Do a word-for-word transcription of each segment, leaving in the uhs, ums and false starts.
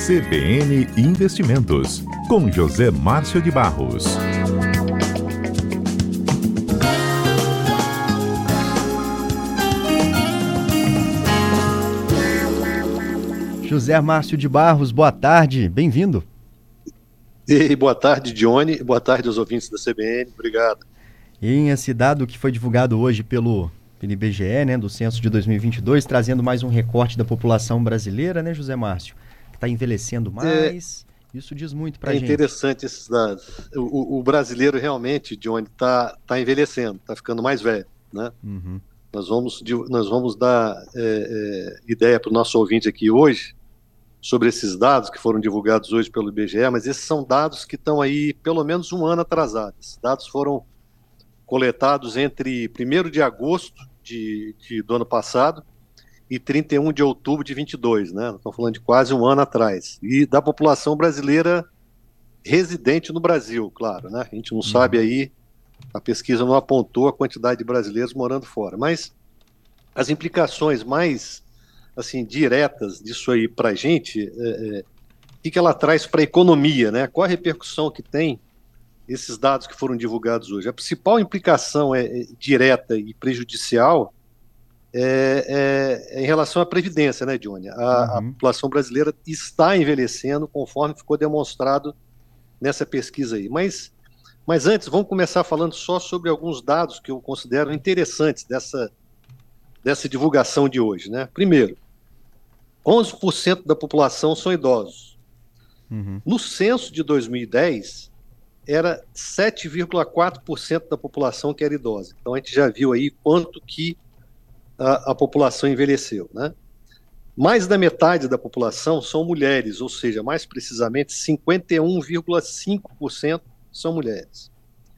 C B N Investimentos, com José Márcio de Barros. José Márcio de Barros, boa tarde, bem-vindo. E boa tarde, Johnny, boa tarde aos ouvintes da C B N, obrigado. Em esse dado que foi divulgado hoje pelo, pelo I B G E, né, do censo de dois mil e vinte e dois, trazendo mais um recorte da população brasileira, né, José Márcio? Que está envelhecendo mais, é, isso diz muito para a é gente. É interessante esses dados. O, o brasileiro realmente, Johnny, está tá envelhecendo, está ficando mais velho, né? Uhum. Nós vamos, nós vamos dar é, é, ideia para o nosso ouvinte aqui hoje sobre esses dados que foram divulgados hoje pelo I B G E, mas esses são dados que estão aí pelo menos um ano atrasados. Esses dados foram coletados entre primeiro de agosto de, de, do ano passado e trinta e um de outubro de vinte e dois, né? Estamos falando de quase um ano atrás. E da população brasileira residente no Brasil, claro, né? A gente não uhum. sabe aí, a pesquisa não apontou a quantidade de brasileiros morando fora, mas as implicações mais assim, diretas disso aí para a gente, é, é, o que, que ela traz para a economia, né? Qual a repercussão que tem esses dados que foram divulgados hoje? A principal implicação é, é direta e prejudicial é, é, é em relação à previdência, né, Johnny? A, uhum. a população brasileira está envelhecendo, conforme ficou demonstrado nessa pesquisa aí. Mas, mas antes, vamos começar falando só sobre alguns dados que eu considero interessantes dessa, dessa divulgação de hoje, né? Primeiro, onze por cento da população são idosos. Uhum. No censo de dois mil e dez, era sete vírgula quatro por cento da população que era idosa. Então a gente já viu aí quanto que a, a população envelheceu, né? Mais da metade da população são mulheres, ou seja, mais precisamente cinquenta e um vírgula cinco por cento são mulheres.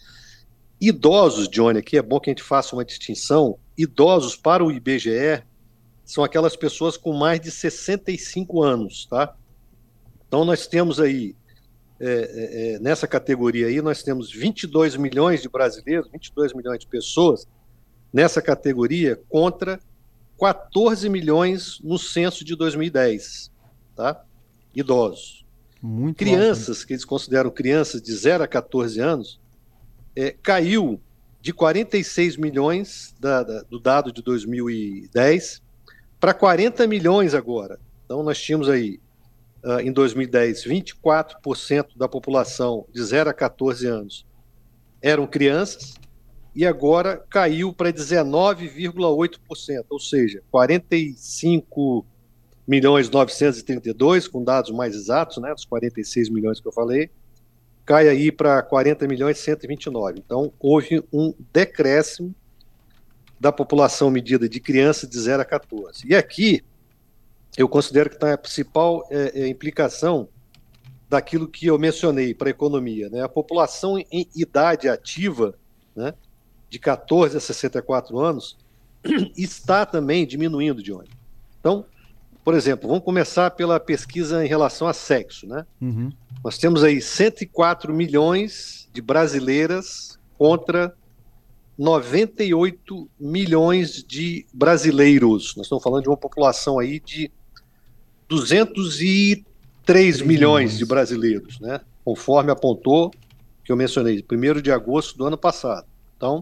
Idosos, Johnny, aqui é bom que a gente faça uma distinção. Idosos para o I B G E são aquelas pessoas com mais de sessenta e cinco anos, tá? Então nós temos aí, é, é, nessa categoria aí, nós temos vinte e dois milhões de brasileiros, vinte e dois milhões de pessoas nessa categoria contra quatorze milhões no censo de dois mil e dez, tá? Idosos. Muito crianças, alto, que eles consideram crianças de zero a quatorze anos, é, caiu de quarenta e seis milhões da, da, do dado de dois mil e dez para quarenta milhões agora. Então nós tínhamos aí, uh, em dois mil e dez, vinte e quatro por cento da população de zero a quatorze anos eram crianças, e agora caiu para dezenove vírgula oito por cento, ou seja, quarenta e cinco milhões novecentos e trinta e dois, com dados mais exatos, né, dos quarenta e seis milhões que eu falei, cai aí para quarenta milhões cento e vinte e nove. Então houve um decréscimo da população medida de crianças de zero a quatorze. E aqui, eu considero que está a principal é, é, implicação daquilo que eu mencionei para a economia, né? A população em idade ativa, né, de quatorze a sessenta e quatro anos, está também diminuindo, Johnny. Então, por exemplo, vamos começar pela pesquisa em relação a sexo, né? Uhum. Nós temos aí cento e quatro milhões de brasileiras contra noventa e oito milhões de brasileiros. Nós estamos falando de uma população aí de duzentos e três milhões de brasileiros, né? Conforme apontou, que eu mencionei, primeiro de agosto do ano passado. Então,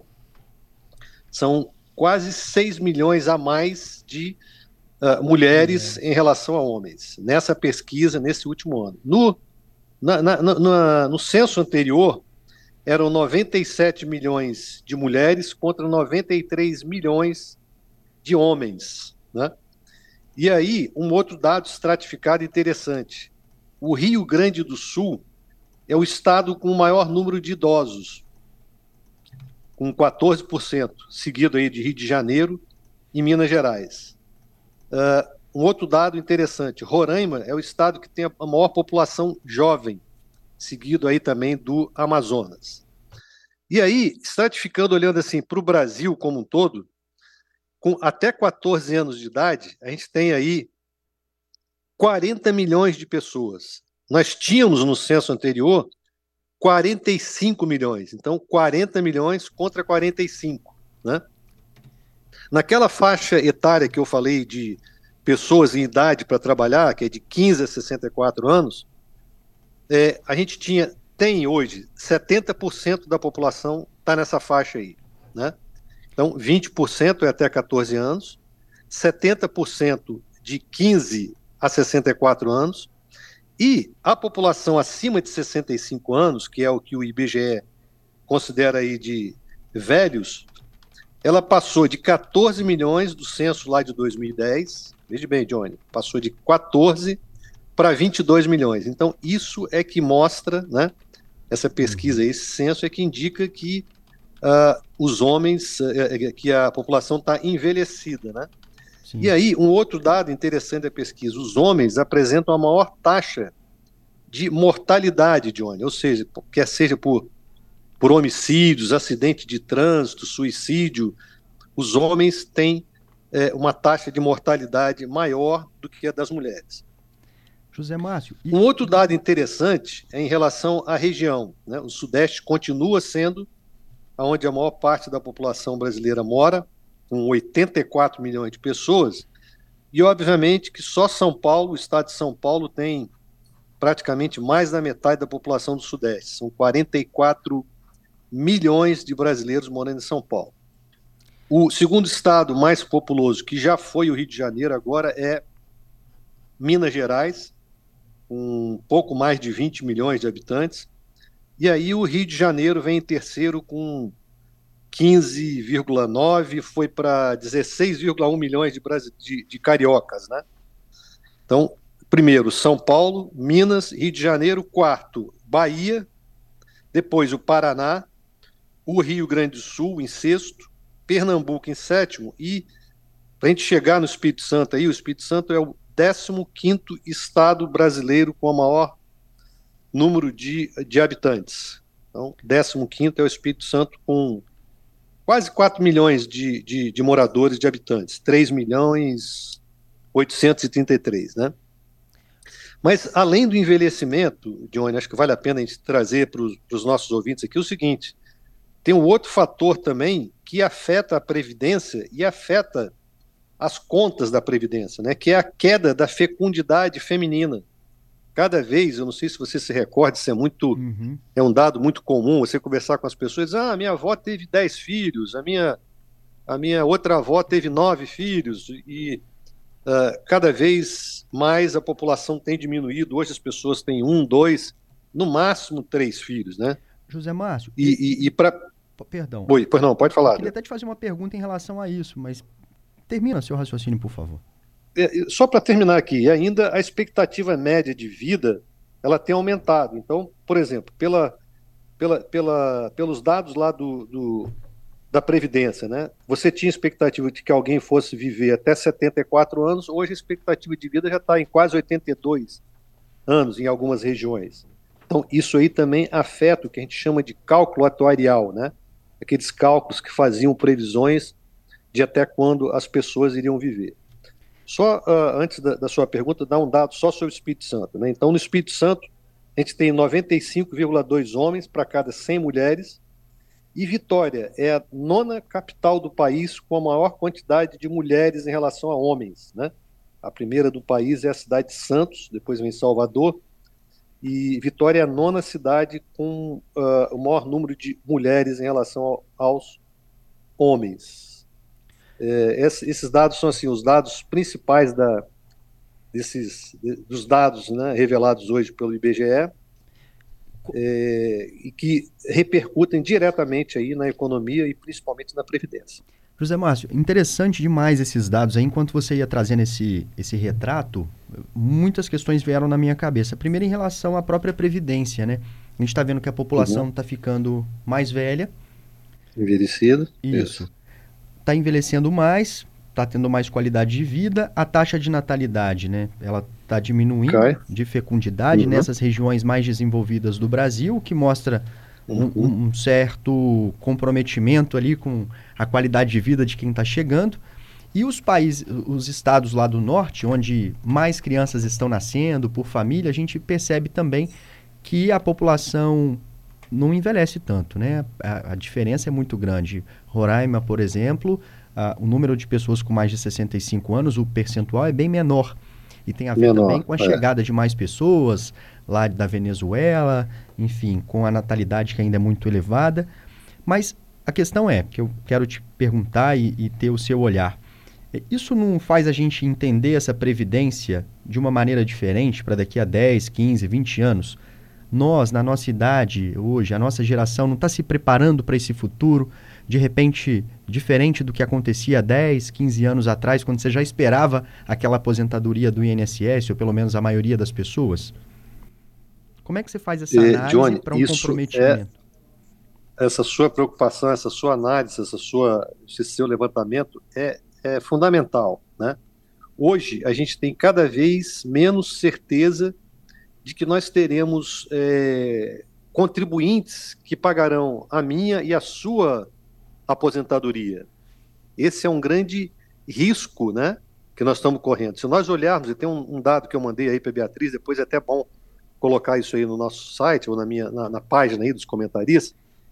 são quase seis milhões a mais de uh, mulheres em relação a homens, nessa pesquisa, nesse último ano. No, na, na, na, no censo anterior, eram noventa e sete milhões de mulheres contra noventa e três milhões de homens, né? E aí, um outro dado estratificado interessante. O Rio Grande do Sul é o estado com o maior número de idosos, com quatorze por cento, seguido aí de Rio de Janeiro e Minas Gerais. Uh, um outro dado interessante, Roraima é o estado que tem a maior população jovem, seguido aí também do Amazonas. E aí, estratificando, olhando assim para o Brasil como um todo, com até quatorze anos de idade, a gente tem aí quarenta milhões de pessoas. Nós tínhamos no censo anterior quarenta e cinco milhões, então quarenta milhões contra quarenta e cinco, né? Naquela faixa etária que eu falei de pessoas em idade para trabalhar, que é de quinze a sessenta e quatro anos, é, a gente tinha, tem hoje, setenta por cento da população está nessa faixa aí, né? Então, vinte por cento é até catorze anos, setenta por cento de quinze a sessenta e quatro anos, e a população acima de sessenta e cinco anos, que é o que o I B G E considera aí de velhos, ela passou de catorze milhões do censo lá de dois mil e dez, veja bem, Johnny, passou de catorze para vinte e dois milhões. Então, isso é que mostra, né, essa pesquisa, esse censo é que indica que uh, os homens, uh, que a população está envelhecida, né? Sim. E aí, um outro dado interessante da pesquisa, os homens apresentam a maior taxa de mortalidade, Johnny, ou seja, quer seja por, por homicídios, acidente de trânsito, suicídio, os homens têm é, uma taxa de mortalidade maior do que a das mulheres. José Márcio. E... Um outro dado interessante é em relação à região, né? O Sudeste continua sendo onde a maior parte da população brasileira mora, com oitenta e quatro milhões de pessoas, e obviamente que só São Paulo, o estado de São Paulo, tem praticamente mais da metade da população do Sudeste. São quarenta e quatro milhões de brasileiros morando em São Paulo. O segundo estado mais populoso, que já foi o Rio de Janeiro, agora é Minas Gerais, com um pouco mais de vinte milhões de habitantes. E aí o Rio de Janeiro vem em terceiro com quinze vírgula nove, foi para dezesseis vírgula um milhões de, de, de cariocas, né? Então, primeiro, São Paulo, Minas, Rio de Janeiro, quarto, Bahia, depois o Paraná, o Rio Grande do Sul em sexto, Pernambuco em sétimo, e para a gente chegar no Espírito Santo aí, o Espírito Santo é o décimo quinto estado brasileiro com o maior número de, de habitantes. Então, décimo quinto é o Espírito Santo com quase quatro milhões de, de, de moradores, de habitantes, três milhões oitocentos e trinta e três, né? Mas, além do envelhecimento, Johnny, acho que vale a pena a gente trazer para os nossos ouvintes aqui o seguinte, tem um outro fator também que afeta a Previdência e afeta as contas da Previdência, né? Que é a queda da fecundidade feminina. Cada vez, eu não sei se você se recorda, isso é muito, uhum. é um dado muito comum, você conversar com as pessoas, ah, a minha avó teve dez filhos, a minha, a minha outra avó teve nove filhos, e uh, cada vez mais a população tem diminuído, hoje as pessoas têm um, dois, no máximo três filhos, né? José Márcio... E, e, e para... Perdão. Oi, pois não, pode falar. Eu queria até te fazer uma pergunta em relação a isso, mas termina seu raciocínio, por favor. Só para terminar aqui, ainda a expectativa média de vida ela tem aumentado. Então, por exemplo, pela, pela, pela, pelos dados lá do, do, da Previdência, né? Você tinha expectativa de que alguém fosse viver até setenta e quatro anos, hoje a expectativa de vida já está em quase oitenta e dois anos em algumas regiões. Então, isso aí também afeta o que a gente chama de cálculo atuarial, né? Aqueles cálculos que faziam previsões de até quando as pessoas iriam viver. Só uh, antes da, da sua pergunta, dar um dado só sobre o Espírito Santo, né? Então, no Espírito Santo, a gente tem noventa e cinco vírgula dois homens para cada cem mulheres, e Vitória é a nona capital do país com a maior quantidade de mulheres em relação a homens, né? A primeira do país é a cidade de Santos, depois vem Salvador, e Vitória é a nona cidade com uh, o maior número de mulheres em relação ao, aos homens. É, esses dados são assim, os dados principais da, desses, de, dos dados, né, revelados hoje pelo I B G E, é, e que repercutem diretamente aí na economia e principalmente na Previdência. José Márcio, interessante demais esses dados aí. Enquanto você ia trazendo esse, esse retrato, muitas questões vieram na minha cabeça. Primeiro, em relação à própria Previdência, né? A gente está vendo que a população está uhum. ficando mais velha. Envelhecida. Isso. Isso. Está envelhecendo mais, está tendo mais qualidade de vida, a taxa de natalidade, né? Ela está diminuindo Cai. de fecundidade uhum. nessas regiões mais desenvolvidas do Brasil, o que mostra um, uhum. um certo comprometimento ali com a qualidade de vida de quem está chegando. E os países, os estados lá do norte, onde mais crianças estão nascendo por família, a gente percebe também que a população não envelhece tanto, né? A, a diferença é muito grande. Roraima, por exemplo, ah, o número de pessoas com mais de sessenta e cinco anos, o percentual é bem menor. E tem a ver Menor, também com a é. chegada de mais pessoas lá da Venezuela, enfim, com a natalidade que ainda é muito elevada. Mas a questão é, que eu quero te perguntar e, e ter o seu olhar. Isso não faz a gente entender essa previdência de uma maneira diferente para daqui a dez, quinze, vinte anos? Nós, na nossa idade hoje, a nossa geração não está se preparando para esse futuro, de repente, diferente do que acontecia há dez, quinze anos atrás, quando você já esperava aquela aposentadoria do I N S S, ou pelo menos a maioria das pessoas? Como é que você faz essa Eh, análise Johnny, para um isso comprometimento? essa sua preocupação, essa sua análise, essa sua, esse seu levantamento é, é fundamental, né? Hoje, a gente tem cada vez menos certeza de que nós teremos é, contribuintes que pagarão a minha e a sua aposentadoria. Esse é um grande risco, né, que nós estamos correndo. Se nós olharmos, e tem um, um dado que eu mandei aí para a Beatriz, depois é até bom colocar isso aí no nosso site, ou na, minha, na, na página aí dos comentaristas,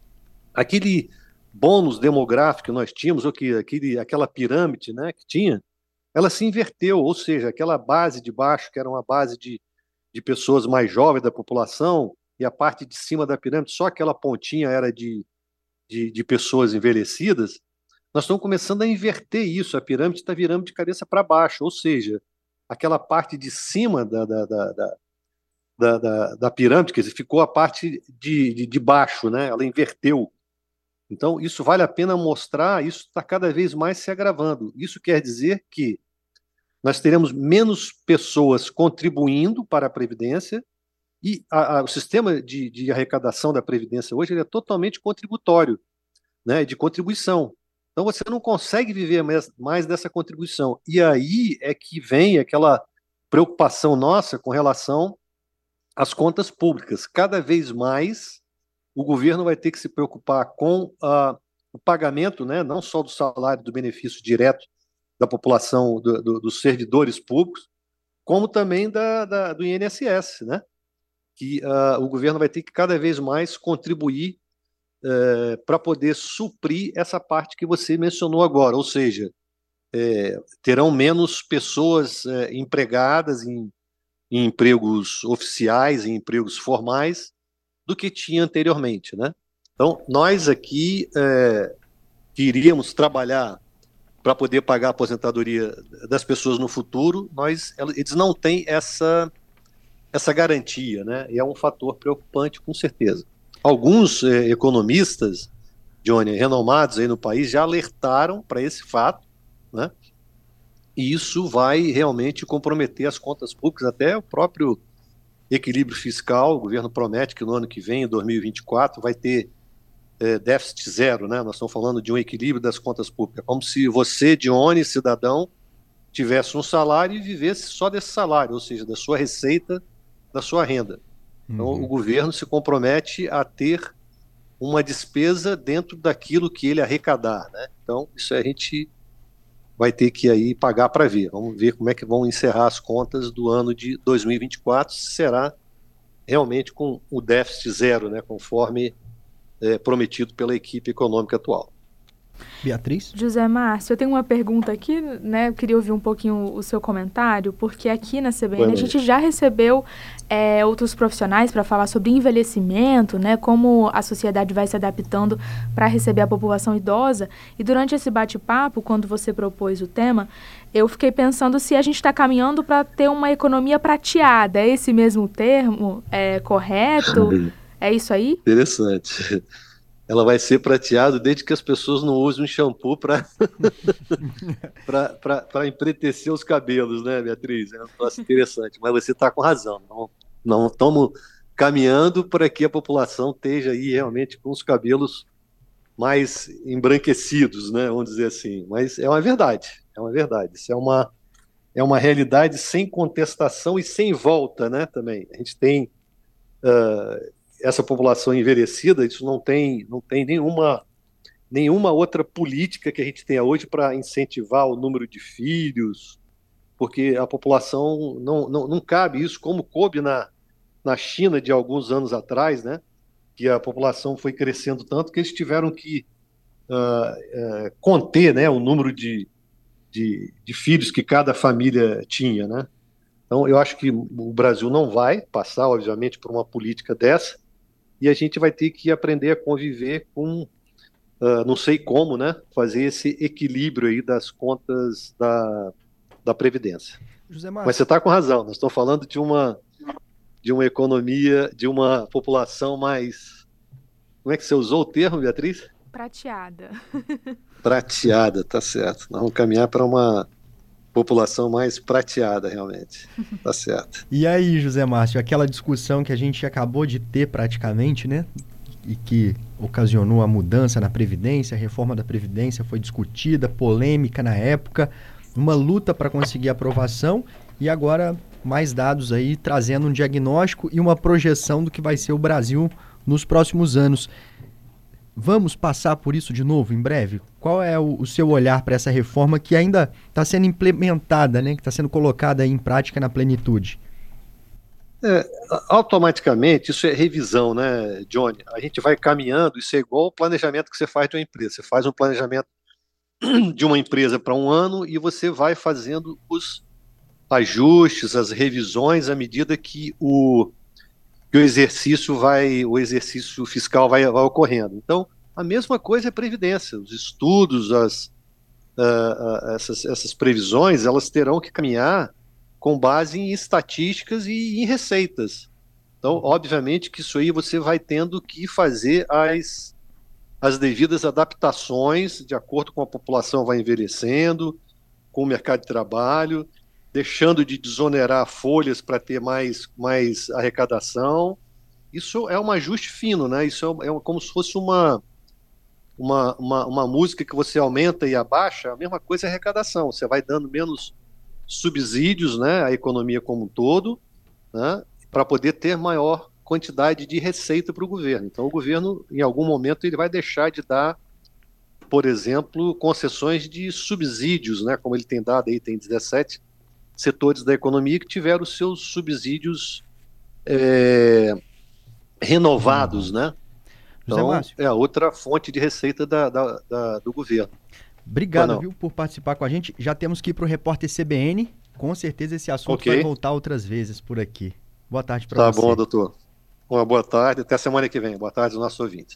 aquele bônus demográfico que nós tínhamos, ou que, aquele, aquela pirâmide, né, que tinha, ela se inverteu, ou seja, aquela base de baixo, que era uma base de, de pessoas mais jovens da população, e a parte de cima da pirâmide, só aquela pontinha era de, de, de pessoas envelhecidas, nós estamos começando a inverter isso, a pirâmide está virando de cabeça para baixo, ou seja, aquela parte de cima da, da, da, da, da, da, da pirâmide, quer dizer, ficou a parte de, de, de baixo, né? Ela inverteu. Então, isso vale a pena mostrar, isso está cada vez mais se agravando. Isso quer dizer que nós teremos menos pessoas contribuindo para a Previdência e a, a, o sistema de, de arrecadação da Previdência hoje ele é totalmente contributório, né, de contribuição. Então você não consegue viver mais, mais dessa contribuição. E aí é que vem aquela preocupação nossa com relação às contas públicas. Cada vez mais o governo vai ter que se preocupar com uh, o pagamento, né, não só do salário, do benefício direto da população, do, do, dos servidores públicos, como também da, da, do I N S S, né? Que uh, o governo vai ter que cada vez mais contribuir uh, para poder suprir essa parte que você mencionou agora, ou seja, é, terão menos pessoas é, empregadas em, em empregos oficiais, em empregos formais, do que tinha anteriormente, né? Então, nós aqui é, que iríamos trabalhar para poder pagar a aposentadoria das pessoas no futuro, nós, eles não têm essa, essa garantia, né? E é um fator preocupante, com certeza. Alguns eh, economistas, Johnny, renomados aí no país, já alertaram para esse fato, né? E isso vai realmente comprometer as contas públicas, até o próprio equilíbrio fiscal. O governo promete que no ano que vem, em dois mil e vinte e quatro, vai ter É, déficit zero, né? Nós estamos falando de um equilíbrio das contas públicas, como se você, Dione, cidadão, tivesse um salário e vivesse só desse salário, ou seja, da sua receita, da sua renda. Então, Uhum. o governo se compromete a ter uma despesa dentro daquilo que ele arrecadar, né? Então, isso a gente vai ter que aí pagar para ver. Vamos ver como é que vão encerrar as contas do ano de dois mil e vinte e quatro, se será realmente com o déficit zero, né? Conforme É, prometido pela equipe econômica atual. Beatriz? José Márcio, eu tenho uma pergunta aqui, né? Eu queria ouvir um pouquinho o seu comentário, porque aqui na C B N a gente já recebeu é, outros profissionais para falar sobre envelhecimento, né? Como a sociedade vai se adaptando para receber a população idosa. E durante esse bate-papo, quando você propôs o tema, eu fiquei pensando se a gente está caminhando para ter uma economia prateada. É esse mesmo termo? É correto? É isso aí? Interessante. Ela vai ser prateada desde que as pessoas não usem um shampoo para para empretecer os cabelos, né, Beatriz? É um negócio interessante, mas você está com razão. Não, não estamos caminhando para que a população esteja aí realmente com os cabelos mais embranquecidos, né, vamos dizer assim. Mas é uma verdade, é uma verdade. Isso é uma, é uma realidade sem contestação e sem volta, né, também. A gente tem... Uh, essa população envelhecida, isso não tem, não tem nenhuma, nenhuma outra política que a gente tenha hoje para incentivar o número de filhos, porque a população não, não, não cabe isso, como coube na, na China de alguns anos atrás, né, que a população foi crescendo tanto que eles tiveram que uh, uh, conter, né, o número de, de, de filhos que cada família tinha, né? Então, eu acho que o Brasil não vai passar, obviamente, por uma política dessa, e a gente vai ter que aprender a conviver com, uh, não sei como, né, fazer esse equilíbrio aí das contas da, da Previdência. José Márcio. Mas você está com razão, nós estamos falando de uma, de uma economia, de uma população mais... Como é que você usou o termo, Beatriz? Prateada. Prateada, tá certo. Nós vamos caminhar para uma população mais prateada, realmente. Tá certo. E aí, José Márcio, aquela discussão que a gente acabou de ter praticamente, né? E que ocasionou a mudança na Previdência, a reforma da Previdência foi discutida, polêmica na época, uma luta para conseguir aprovação e agora mais dados aí trazendo um diagnóstico e uma projeção do que vai ser o Brasil nos próximos anos. Vamos passar por isso de novo em breve? Qual é o, o seu olhar para essa reforma que ainda está sendo implementada, né? Que está sendo colocada em prática na plenitude? É, automaticamente, isso é revisão, né, Johnny? A gente vai caminhando, isso é igual o planejamento que você faz de uma empresa. Você faz um planejamento de uma empresa para um ano e você vai fazendo os ajustes, as revisões à medida que o que o exercício vai, o exercício fiscal vai, vai ocorrendo. Então, a mesma coisa é a Previdência. Os estudos, as, uh, uh, essas, essas previsões, elas terão que caminhar com base em estatísticas e em receitas. Então, obviamente que isso aí você vai tendo que fazer as, as devidas adaptações de acordo com a população vai envelhecendo, com o mercado de trabalho, deixando de desonerar folhas para ter mais, mais arrecadação. Isso é um ajuste fino, né? Isso é, é como se fosse uma, uma, uma, uma música que você aumenta e abaixa, a mesma coisa é arrecadação. Você vai dando menos subsídios, né, à economia como um todo, né, para poder ter maior quantidade de receita para o governo. Então, o governo, em algum momento, ele vai deixar de dar, por exemplo, concessões de subsídios, né, como ele tem dado aí, tem dezessete setores da economia que tiveram os seus subsídios é, renovados, né? Então, é a outra fonte de receita da, da, da, do governo. Obrigado, viu, por participar com a gente. Já temos que ir para o Repórter C B N. Com certeza esse assunto okay. vai voltar outras vezes por aqui. Boa tarde para tá você. Tá bom, doutor. Uma boa tarde. Até semana que vem. Boa tarde aos nossos ouvintes.